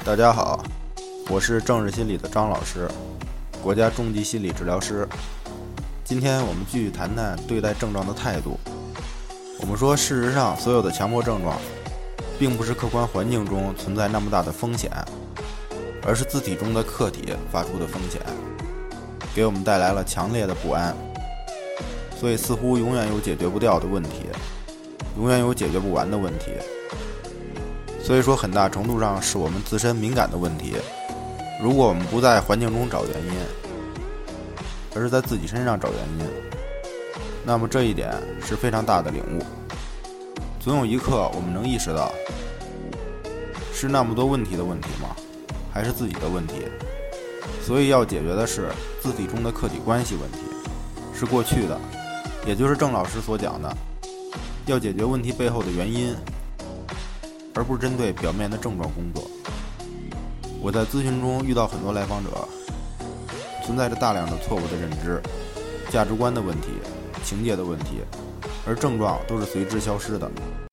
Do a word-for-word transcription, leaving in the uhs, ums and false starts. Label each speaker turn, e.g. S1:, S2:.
S1: 大家好，我是政治心理的张老师，国家中级心理治疗师。今天我们继续谈谈对待症状的态度。我们说，事实上所有的强迫症状并不是客观环境中存在那么大的风险，而是自体中的客体发出的风险，给我们带来了强烈的不安。所以似乎永远有解决不掉的问题，永远有解决不完的问题。所以说很大程度上是我们自身敏感的问题。如果我们不在环境中找原因，而是在自己身上找原因，那么这一点是非常大的领悟。总有一刻我们能意识到，是那么多问题的问题吗？还是自己的问题？所以要解决的是自体中的客体关系问题，是过去的，也就是郑老师所讲的，要解决问题背后的原因，而不是针对表面的症状工作。我在咨询中遇到很多来访者，存在着大量的错误的认知、价值观的问题、情节的问题，而症状都是随之消失的。